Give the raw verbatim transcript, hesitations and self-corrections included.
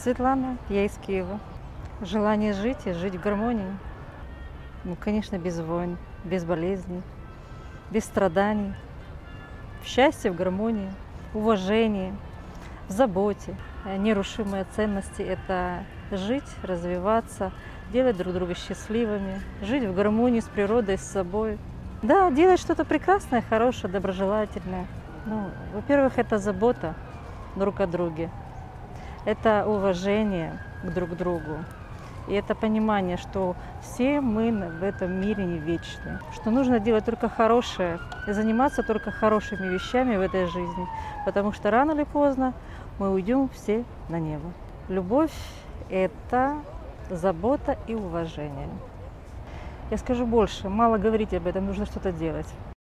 Светлана, я из Киева. Желание жить и жить в гармонии. Ну, конечно, без войн, без болезней, без страданий. В счастье, в гармонии, уважении, в заботе. Нерушимые ценности – это жить, развиваться, делать друг друга счастливыми, жить в гармонии с природой, с собой. Да, делать что-то прекрасное, хорошее, доброжелательное. Ну, во-первых, это забота друг о друге. Это уважение друг к другу. И это понимание, что все мы в этом мире не вечны. Что нужно делать только хорошее и заниматься только хорошими вещами в этой жизни. Потому что рано или поздно мы уйдем все на небо. Любовь – это забота и уважение. Я скажу больше, мало говорить об этом, нужно что-то делать.